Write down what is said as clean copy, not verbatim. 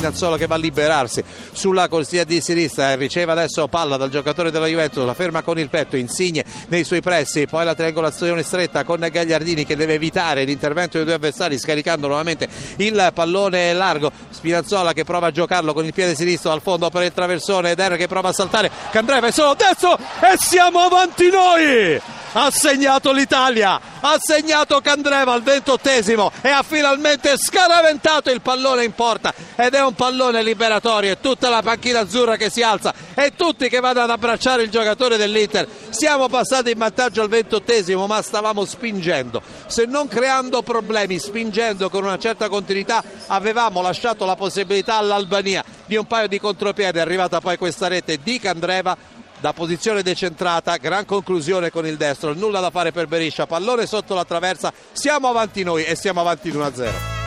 Spinazzola che va a liberarsi sulla corsia di sinistra, riceve adesso palla dal giocatore della Juventus, la ferma con il petto, Insigne nei suoi pressi, poi la triangolazione stretta con Gagliardini che deve evitare l'intervento dei due avversari scaricando nuovamente il pallone largo. Spinazzola che prova a giocarlo con il piede sinistro al fondo per il traversone, Der che prova a saltare, Candreva è solo destro e siamo avanti noi! Ha segnato l'Italia, ha segnato Candreva al 28esimo e ha finalmente scaraventato il pallone in porta ed è un pallone liberatorio, e tutta la panchina azzurra che si alza e tutti che vanno ad abbracciare il giocatore dell'Inter. Siamo passati in vantaggio al 28esimo, ma stavamo spingendo, se non creando problemi, spingendo con una certa continuità. Avevamo lasciato la possibilità all'Albania di un paio di contropiedi, è arrivata poi questa rete di Candreva da posizione decentrata, gran conclusione con il destro, nulla da fare per Beriscia, pallone sotto la traversa, siamo avanti noi e siamo avanti 1-0.